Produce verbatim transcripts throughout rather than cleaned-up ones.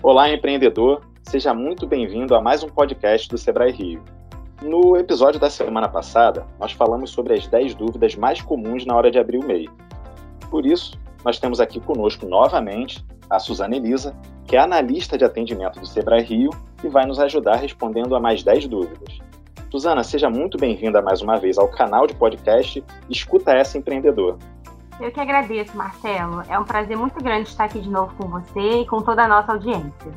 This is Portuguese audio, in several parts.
Olá, empreendedor! Seja muito bem-vindo a mais um podcast do Sebrae Rio. No episódio da semana passada, nós falamos sobre as dez dúvidas mais comuns na hora de abrir o M E I. Por isso, nós temos aqui conosco novamente a Suzana Elisa, que é analista de atendimento do Sebrae Rio e vai nos ajudar respondendo a mais dez dúvidas. Suzana, seja muito bem-vinda mais uma vez ao canal de podcast Escuta Essa Empreendedor. Eu que agradeço, Marcelo. É um prazer muito grande estar aqui de novo com você e com toda a nossa audiência.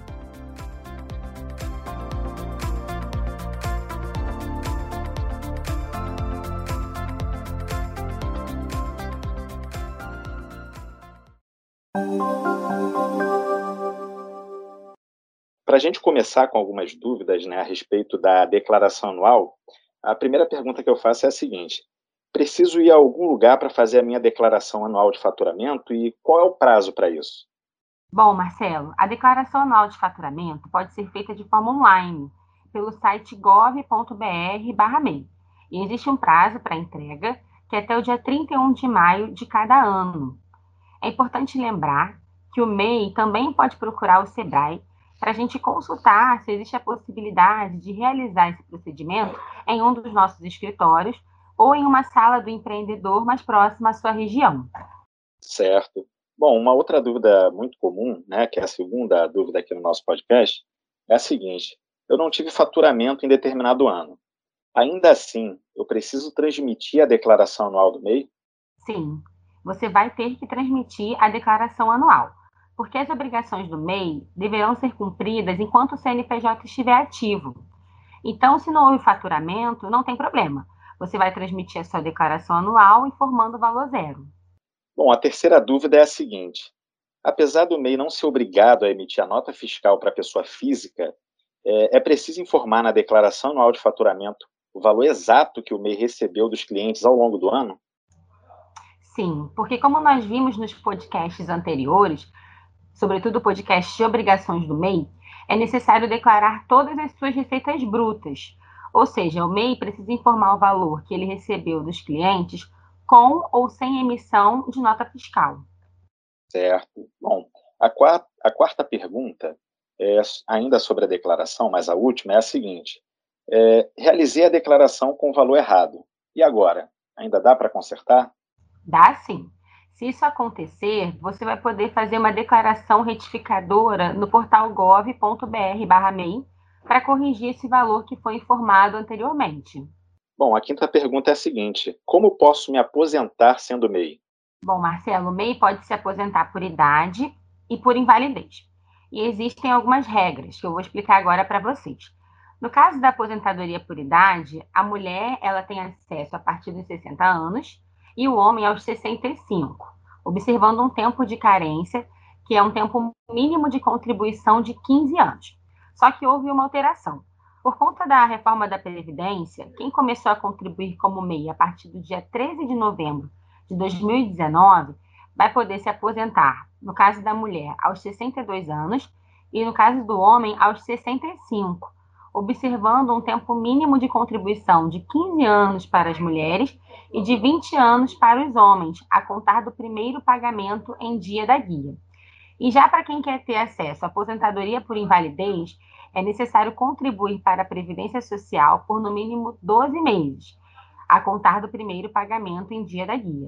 Para a gente começar com algumas dúvidas, né, a respeito da declaração anual, a primeira pergunta que eu faço é a seguinte: preciso ir a algum lugar para fazer a minha declaração anual de faturamento e qual é o prazo para isso? Bom, Marcelo, a declaração anual de faturamento pode ser feita de forma online, pelo site gov ponto br barra M E I. E existe um prazo para entrega, que é até o dia trinta e um de maio de cada ano. É importante lembrar que o M E I também pode procurar o Sebrae para a gente consultar se existe a possibilidade de realizar esse procedimento em um dos nossos escritórios ou em uma sala do empreendedor mais próxima à sua região. Certo. Bom, uma outra dúvida muito comum, né, que é a segunda dúvida aqui no nosso podcast, é a seguinte: eu não tive faturamento em determinado ano. Ainda assim, eu preciso transmitir a declaração anual do M E I? Sim, você vai ter que transmitir a declaração anual, porque as obrigações do M E I deverão ser cumpridas enquanto o C N P J estiver ativo. Então, se não houve faturamento, não tem problema. Você vai transmitir a sua declaração anual informando o valor zero. Bom, a terceira dúvida é a seguinte: apesar do M E I não ser obrigado a emitir a nota fiscal para a pessoa física, é, é preciso informar na declaração anual de faturamento o valor exato que o M E I recebeu dos clientes ao longo do ano? Sim, porque como nós vimos nos podcasts anteriores, sobretudo o podcast de obrigações do M E I, é necessário declarar todas as suas receitas brutas. Ou seja, o M E I precisa informar o valor que ele recebeu dos clientes com ou sem emissão de nota fiscal. Certo. Bom, a quarta, a quarta pergunta, é ainda sobre a declaração, mas a última é a seguinte: é, realizei a declaração com o valor errado. E agora? Ainda dá para consertar? Dá sim. Se isso acontecer, você vai poder fazer uma declaração retificadora no portal gov ponto br barra M E I para corrigir esse valor que foi informado anteriormente. Bom, a quinta pergunta é a seguinte: como posso me aposentar sendo M E I? Bom, Marcelo, o M E I pode se aposentar por idade e por invalidez. E existem algumas regras que eu vou explicar agora para vocês. No caso da aposentadoria por idade, a mulher ela tem acesso a partir dos sessenta anos e o homem aos sessenta e cinco, observando um tempo de carência, que é um tempo mínimo de contribuição de quinze anos. Só que houve uma alteração. Por conta da reforma da Previdência, quem começou a contribuir como M E I a partir do dia treze de novembro de dois mil e dezenove vai poder se aposentar, no caso da mulher, aos sessenta e dois anos e no caso do homem, aos sessenta e cinco, observando um tempo mínimo de contribuição de quinze anos para as mulheres e de vinte anos para os homens, a contar do primeiro pagamento em dia da guia. E já para quem quer ter acesso à aposentadoria por invalidez, é necessário contribuir para a Previdência Social por no mínimo doze meses, a contar do primeiro pagamento em dia da guia.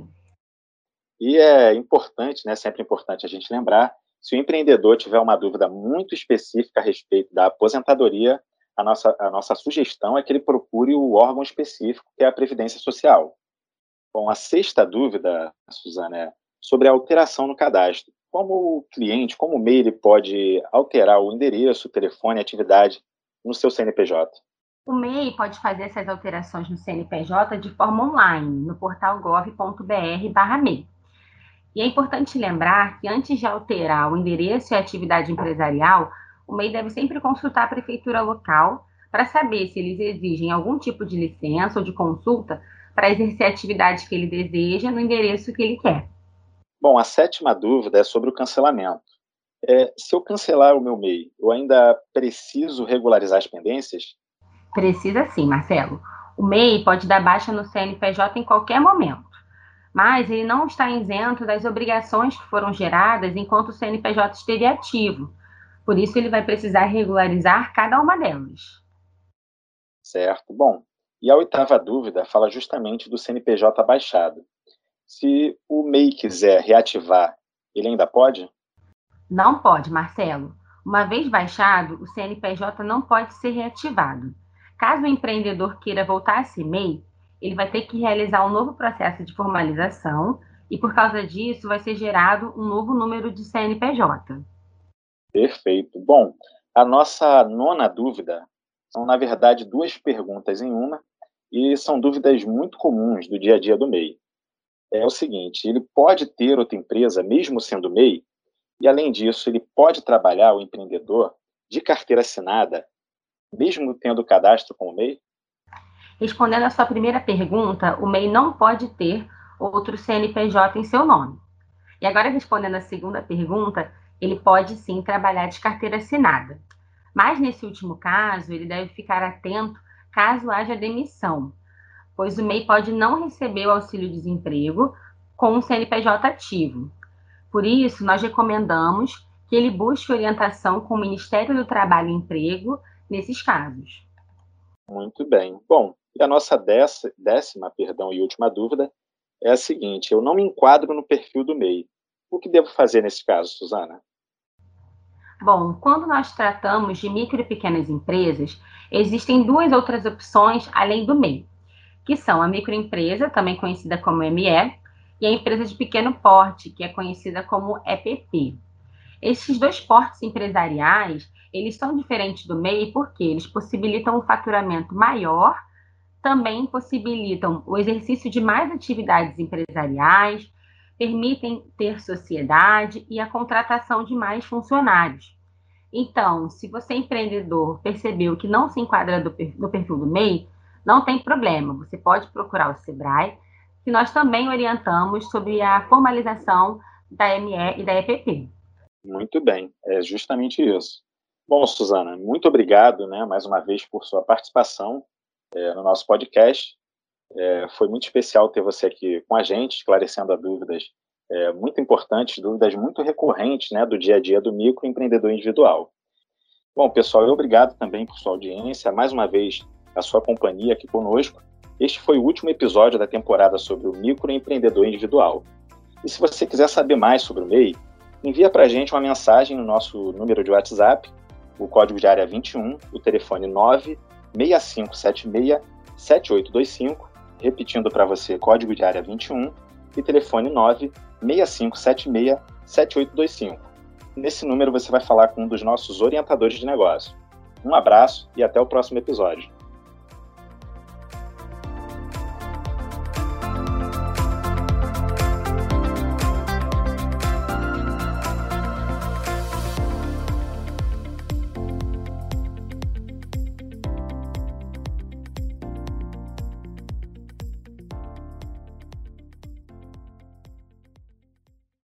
E é importante, né, sempre importante a gente lembrar, se o empreendedor tiver uma dúvida muito específica a respeito da aposentadoria, a nossa, a nossa sugestão é que ele procure o órgão específico, que é a Previdência Social. Bom, a sexta dúvida, Suzana, é sobre a alteração no cadastro. Como o cliente, como o M E I, ele pode alterar o endereço, o telefone, a atividade no seu C N P J? O M E I pode fazer essas alterações no C N P J de forma online, no portal gov ponto br barra M E I. E é importante lembrar que antes de alterar o endereço e a atividade empresarial, o M E I deve sempre consultar a prefeitura local para saber se eles exigem algum tipo de licença ou de consulta para exercer a atividade que ele deseja no endereço que ele quer. Bom, a sétima dúvida é sobre o cancelamento. É, se eu cancelar o meu M E I, eu ainda preciso regularizar as pendências? Precisa sim, Marcelo. O M E I pode dar baixa no C N P J em qualquer momento, mas ele não está isento das obrigações que foram geradas enquanto o C N P J esteve ativo. Por isso, ele vai precisar regularizar cada uma delas. Certo. Bom, e a oitava dúvida fala justamente do C N P J baixado. Se o M E I quiser reativar, ele ainda pode? Não pode, Marcelo. Uma vez baixado, o C N P J não pode ser reativado. Caso o empreendedor queira voltar a ser M E I, ele vai ter que realizar um novo processo de formalização e, por causa disso, vai ser gerado um novo número de C N P J. Perfeito. Bom, a nossa nona dúvida são, na verdade, duas perguntas em uma e são dúvidas muito comuns do dia a dia do M E I. É o seguinte, ele pode ter outra empresa mesmo sendo M E I? E, além disso, ele pode trabalhar, o empreendedor, de carteira assinada, mesmo tendo cadastro com o M E I? Respondendo à sua primeira pergunta, o M E I não pode ter outro C N P J em seu nome. E agora, respondendo à segunda pergunta, ele pode sim trabalhar de carteira assinada. Mas, nesse último caso, ele deve ficar atento caso haja demissão, pois o M E I pode não receber o auxílio-desemprego com um C N P J ativo. Por isso, nós recomendamos que ele busque orientação com o Ministério do Trabalho e Emprego nesses casos. Muito bem. Bom, e a nossa décima, décima perdão, e última dúvida é a seguinte: eu não me enquadro no perfil do M E I. O que devo fazer nesse caso, Suzana? Bom, quando nós tratamos de micro e pequenas empresas, existem duas outras opções além do M E I, que são a microempresa, também conhecida como M E, e a empresa de pequeno porte, que é conhecida como E P P. Esses dois portes empresariais, eles são diferentes do M E I porque eles possibilitam um faturamento maior, também possibilitam o exercício de mais atividades empresariais, permitem ter sociedade e a contratação de mais funcionários. Então, se você, empreendedor, percebeu que não se enquadra no perfil do M E I, não tem problema, você pode procurar o Sebrae, que nós também orientamos sobre a formalização da M E e da E P P. Muito bem, é justamente isso. Bom, Suzana, muito obrigado, né, mais uma vez por sua participação é, no nosso podcast. É, foi muito especial ter você aqui com a gente, esclarecendo as dúvidas é, muito importantes, dúvidas muito recorrentes, né, do dia a dia do microempreendedor individual. Bom, pessoal, obrigado também por sua audiência, mais uma vez a sua companhia aqui conosco. Este foi o último episódio da temporada sobre o microempreendedor individual. E se você quiser saber mais sobre o M E I, envia para a gente uma mensagem no nosso número de WhatsApp, o código de área vinte e um, o telefone nove seis cinco sete seis sete oito dois cinco, repetindo para você, código de área vinte e um e telefone nove seis cinco sete seis sete oito dois cinco. Nesse número você vai falar com um dos nossos orientadores de negócio. Um abraço e até o próximo episódio.